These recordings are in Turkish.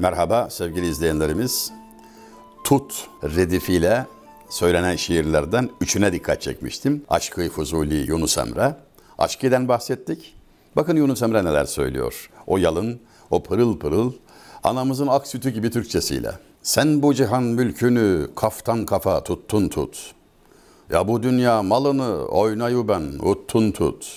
Merhaba sevgili izleyenlerimiz. Tut redifiyle söylenen şiirlerden üçüne dikkat çekmiştim. Aşk-ı Fuzuli Yunus Emre. Aşkı'dan bahsettik. Bakın Yunus Emre neler söylüyor. O yalın, o pırıl pırıl, anamızın ak sütü gibi Türkçesiyle. Sen bu cihan mülkünü kaftan kafa tuttun tut. Ya bu dünya malını oynayu ben uttun tut.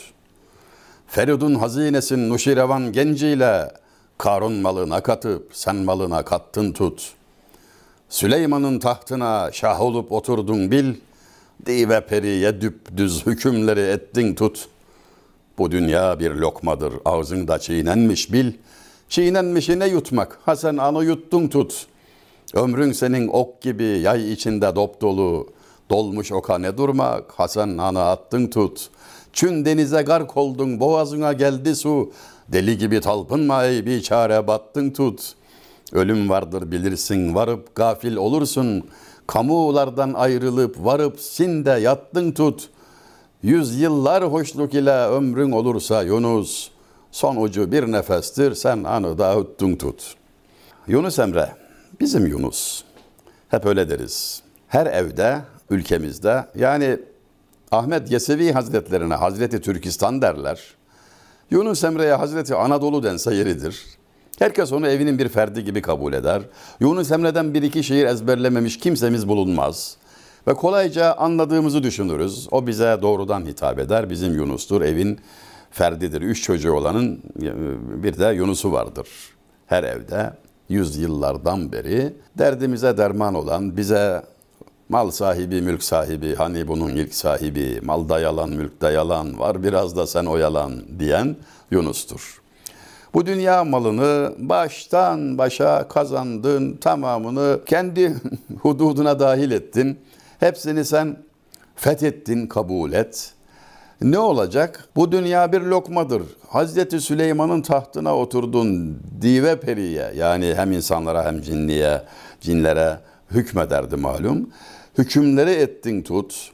Feridun hazinesin Nuşirevan genciyle Karun malına katıp sen malına kattın tut. Süleyman'ın tahtına şah olup oturdun bil, dive periye düpdüz hükümleri ettin tut. Bu dünya bir lokmadır ağzında çiğnenmiş bil, çiğnenmişi ne yutmak ha sen anı yuttun tut. Ömrün senin ok gibi yay içinde dop dolu, dolmuş oka ne durmak ha sen anı attın tut. Çün denize gark oldun boğazına geldi su, deli gibi talpınma ey biçare battın tut. Ölüm vardır bilirsin varıp gafil olursun, kamulardan ayrılıp varıp sinde yattın tut. 100 yıllar hoşluk ile ömrün olursa Yunus, son ucu bir nefestir sen anı da uttun tut. Yunus Emre, bizim Yunus. Hep öyle deriz. Her evde, ülkemizde, yani Ahmet Yesevi Hazretlerine Hazreti Türkistan derler. Yunus Emre'ye Hazreti Anadolu dense yeridir. Herkes onu evinin bir ferdi gibi kabul eder. Yunus Emre'den bir iki şiir ezberlememiş kimsemiz bulunmaz. Ve kolayca anladığımızı düşünürüz. O bize doğrudan hitap eder. Bizim Yunus'tur, evin ferdidir. 3 çocuğu olanın bir de Yunus'u vardır. Her evde 100 yıllardan beri derdimize derman olan, bize mal sahibi, mülk sahibi, hani bunun ilk sahibi, malda yalan, mülkte yalan, var biraz da sen oyalan diyen Yunus'tur. Bu dünya malını baştan başa kazandın, tamamını kendi hududuna dahil ettin. Hepsini sen fethettin, kabul et. Ne olacak? Bu dünya bir lokmadır. Hazreti Süleyman'ın tahtına oturdun dive periye, yani hem insanlara hem cinlere hükmederdi malum. Hükümleri ettin tut.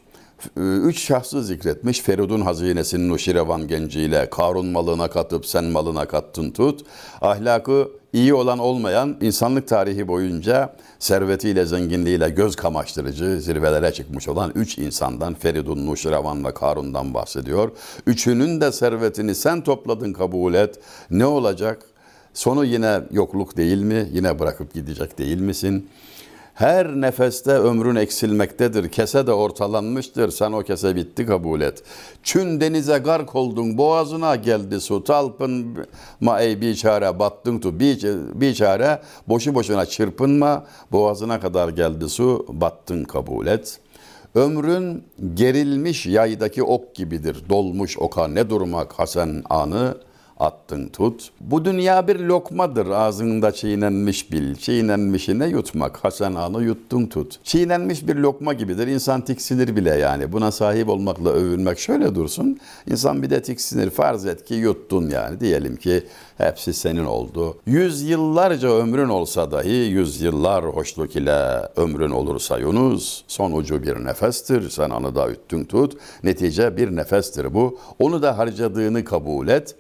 3 şahsı zikretmiş. Feridun hazinesinin Nuşirevan genciyle Karun malına katıp sen malına kattın tut. Ahlakı iyi olan olmayan, insanlık tarihi boyunca servetiyle, zenginliğiyle göz kamaştırıcı zirvelere çıkmış olan 3 insandan, Feridun, Nuşirevan ve Karun'dan bahsediyor. Üçünün de servetini sen topladın, kabul et. Ne olacak? Sonu yine yokluk değil mi? Yine bırakıp gidecek değil misin? Her nefeste ömrün eksilmektedir. Kese de ortalanmıştır. Sen o kese bitti, kabul et. Çün denize gark oldun, boğazına geldi su. Talpınma ey biçare, battın tu. Biçare, boşu boşuna çırpınma. Boğazına kadar geldi su, battın, kabul et. Ömrün gerilmiş yaydaki ok gibidir. Dolmuş oka ne durmak hasen anı attın tut. Bu dünya bir lokmadır ağzında çiğnenmiş bil. Çiğnenmişine yutmak hasen anı yuttun tut. Çiğnenmiş bir lokma gibidir. İnsan tiksinir bile yani. Buna sahip olmakla övünmek şöyle dursun. İnsan bir de tiksinir. Farz et ki yuttun yani. Diyelim ki hepsi senin oldu. 100 yıllarca ömrün olsa dahi 100 yıllar hoşluk ile ömrün olursa Yunus, son ucu bir nefestir. Sen anı da yuttun tut. Netice bir nefestir bu. Onu da harcadığını kabul et.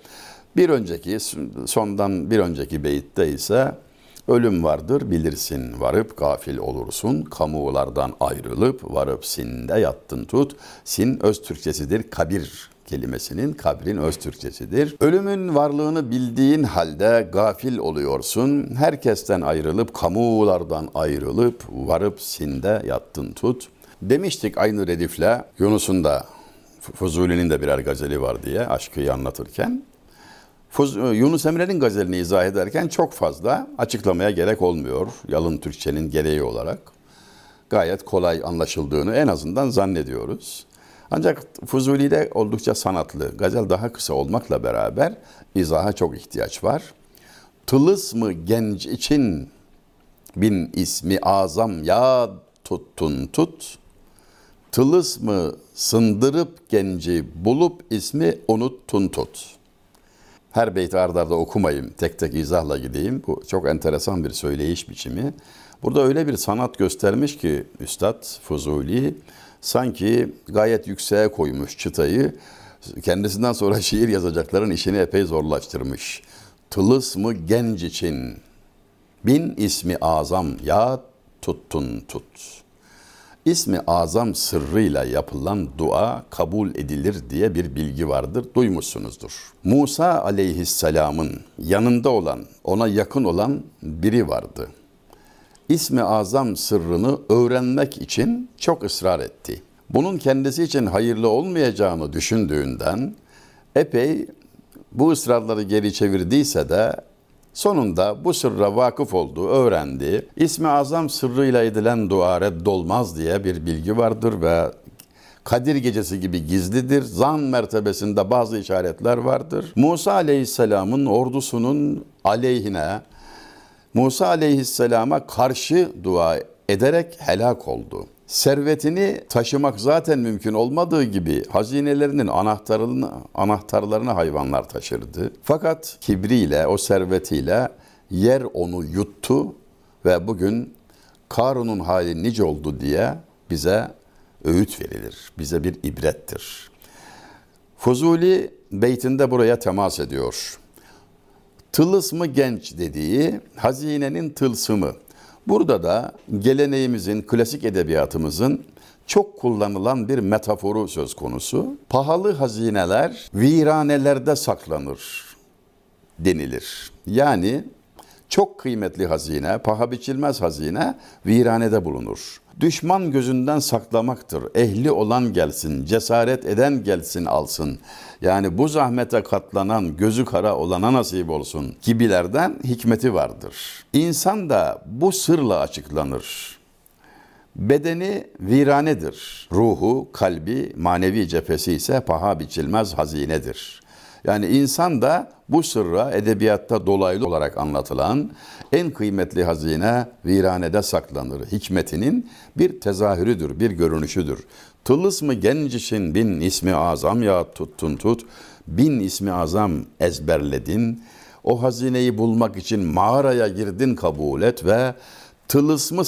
Sondan bir önceki beyitte ise ölüm vardır bilirsin varıp gafil olursun, kamulardan ayrılıp varıp sinde yattın tut. Sin öz Türkçesidir, kabir kelimesinin, kabrin öz Türkçesidir. Ölümün varlığını bildiğin halde gafil oluyorsun, herkesten ayrılıp, kamulardan ayrılıp varıp sinde yattın tut. Demiştik aynı redifle, Yunus'un da, Fuzuli'nin de birer gazeli var diye aşkıyı anlatırken. Yunus Emre'nin gazelini izah ederken çok fazla açıklamaya gerek olmuyor. Yalın Türkçenin gereği olarak. Gayet kolay anlaşıldığını en azından zannediyoruz. Ancak Fuzuli'de oldukça sanatlı. Gazel daha kısa olmakla beraber izaha çok ihtiyaç var. Tılısmı genç için bin ismi azam ya tuttun tut. Tılısmı sındırıp genci bulup ismi unuttun tut. Her beyti ard arda okumayayım, tek tek izahla gideyim. Bu çok enteresan bir söyleyiş biçimi. Burada öyle bir sanat göstermiş ki Üstad Fuzuli, sanki gayet yükseğe koymuş çıtayı, kendisinden sonra şiir yazacakların işini epey zorlaştırmış. Tılısmı genç için Bin ismi azam ya tuttun tut. İsmi azam sırrıyla yapılan dua kabul edilir diye bir bilgi vardır, duymuşsunuzdur. Musa aleyhisselamın yanında olan, ona yakın olan biri vardı. İsmi azam sırrını öğrenmek için çok ısrar etti. Bunun kendisi için hayırlı olmayacağını düşündüğünden epey bu ısrarları geri çevirdiyse de sonunda bu sırra vakıf oldu, öğrendi. İsmi azam sırrıyla edilen dua reddolmaz diye bir bilgi vardır ve Kadir gecesi gibi gizlidir. Zan mertebesinde bazı işaretler vardır. Musa aleyhisselamın ordusunun aleyhine, Musa aleyhisselama karşı dua ederek helak oldu. Servetini taşımak zaten mümkün olmadığı gibi hazinelerinin anahtarlarını hayvanlar taşırdı. Fakat kibriyle, o servetiyle yer onu yuttu ve bugün Karun'un hali nice oldu diye bize öğüt verilir. Bize bir ibrettir. Fuzuli beytinde buraya temas ediyor. Tılısmı genç dediği hazinenin tılsımı. Burada da geleneğimizin, klasik edebiyatımızın çok kullanılan bir metaforu söz konusu. Pahalı hazineler viranelerde saklanır denilir. Yani çok kıymetli hazine, paha biçilmez hazine viranede bulunur. Düşman gözünden saklamaktır. Ehli olan gelsin, cesaret eden gelsin alsın. Yani bu zahmete katlanan, gözü kara olana nasip olsun gibilerden hikmeti vardır. İnsan da bu sırla açıklanır. Bedeni viranedir. Ruhu, kalbi, manevi cephesi ise paha biçilmez hazinedir. Yani insan da bu sırra edebiyatta dolaylı olarak anlatılan en kıymetli hazine viranede saklanır. Hikmetinin bir tezahürüdür, bir görünüşüdür. Tılısmı gencişin bin ismi azam ya tuttun tut. Bin ismi azam ezberledin. O hazineyi bulmak için mağaraya girdin kabul et ve tılısmı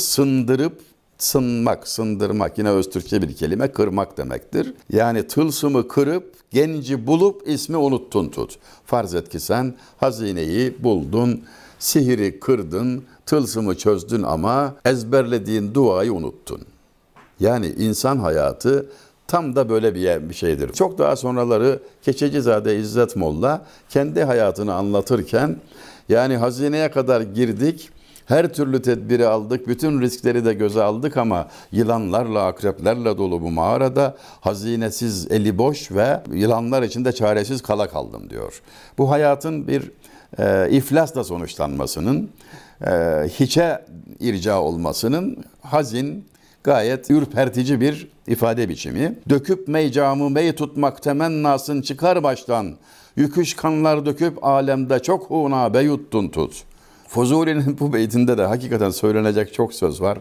sındırmak yine Öztürkçe bir kelime, kırmak demektir. Yani tılsımı kırıp genci bulup ismi unuttun tut. Farz et ki sen hazineyi buldun, sihiri kırdın, tılsımı çözdün ama ezberlediğin duayı unuttun. Yani insan hayatı tam da böyle bir şeydir. Çok daha sonraları Keçecizade İzzet Molla kendi hayatını anlatırken yani hazineye kadar girdik, her türlü tedbiri aldık, bütün riskleri de göze aldık ama yılanlarla, akreplerle dolu bu mağarada hazinesiz, eli boş ve yılanlar içinde çaresiz kala kaldım diyor. Bu hayatın bir iflasla sonuçlanmasının, hiçe irca olmasının hazin, gayet ürpertici bir ifade biçimi. Döküp meycamı mey tutmak temennasın çıkar baştan. Yüküş kanlar döküp alemde çok hunabe yuttun tut. Fuzuli'nin bu beytinde de hakikaten söylenecek çok söz var.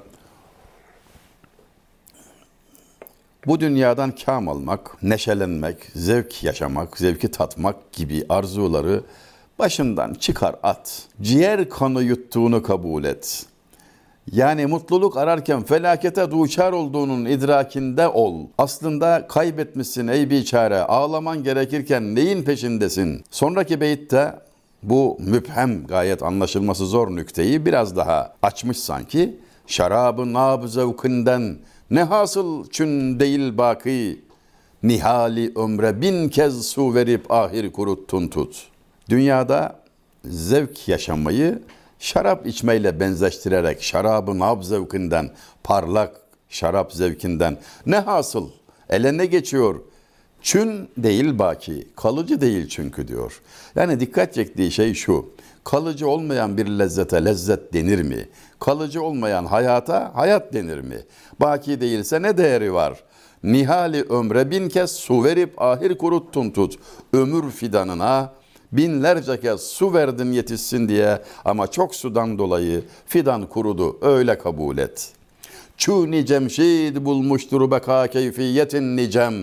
Bu dünyadan kâm almak, neşelenmek, zevk yaşamak, zevki tatmak gibi arzuları başından çıkar at. Ciğer kanı yuttuğunu kabul et. Yani mutluluk ararken felakete duçar olduğunun idrakinde ol. Aslında kaybetmişsin ey biçare, ağlaman gerekirken neyin peşindesin? Sonraki beytte bu müphem, gayet anlaşılması zor nükteyi biraz daha açmış sanki. Şarabı nab zevkinden ne hasıl çün değil baki, nihali ömre bin kez su verip ahir kuruttun tut. Dünyada zevk yaşamayı şarap içmeyle benzeştirerek şarabı nab zevkinden, parlak şarap zevkinden ne hasıl, ele ne geçiyor? Çün değil baki, kalıcı değil çünkü diyor. Yani dikkat çektiği şey şu, kalıcı olmayan bir lezzete lezzet denir mi? Kalıcı olmayan hayata hayat denir mi? Baki değilse ne değeri var? Nihali ömre bin kez su verip ahir kuruttun tut. Ömür fidanına binlerce kez su verdin yetişsin diye ama çok sudan dolayı fidan kurudu, öyle kabul et. Çûni cemşid bulmuştur beka keyfiyetin nicem.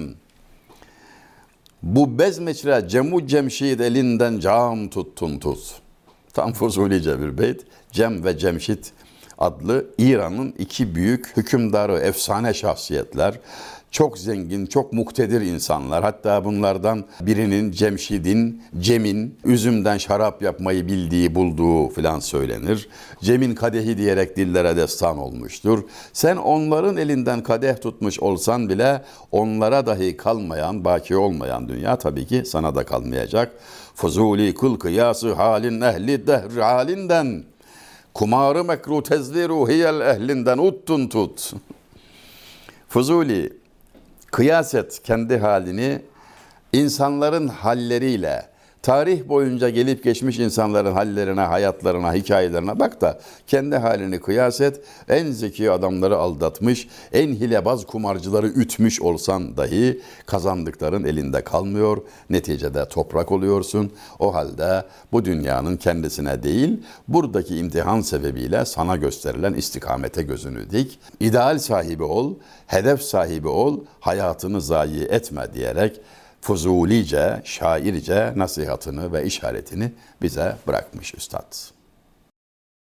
Bu bezmeçre cemu cemşid elinden cam tuttun tut. Tam Fuzulice bir beyt. Cem ve cemşid adlı İran'ın iki büyük hükümdarı, efsane şahsiyetler. Çok zengin, çok muktedir insanlar. Hatta bunlardan birinin Cem'in üzümden şarap yapmayı bildiği, bulduğu filan söylenir. Cem'in kadehi diyerek dillere destan olmuştur. Sen onların elinden kadeh tutmuş olsan bile onlara dahi kalmayan, baki olmayan dünya tabii ki sana da kalmayacak. Fuzuli kul kıyası halin ehli dehr halinden, kumarı mekru tezli ruhiyel ehlinden uttun tut. Fuzuli, kıyas et kendi halini insanların halleriyle, tarih boyunca gelip geçmiş insanların hallerine, hayatlarına, hikayelerine bak da kendi halini kıyas et. En zeki adamları aldatmış, en hilebaz kumarcıları ütmüş olsan dahi kazandıkların elinde kalmıyor. Neticede toprak oluyorsun. O halde bu dünyanın kendisine değil, buradaki imtihan sebebiyle sana gösterilen istikamete gözünü dik. İdeal sahibi ol, hedef sahibi ol, hayatını zayi etme diyerek Fuzulice, şairce nasihatını ve işaretini bize bırakmış üstad.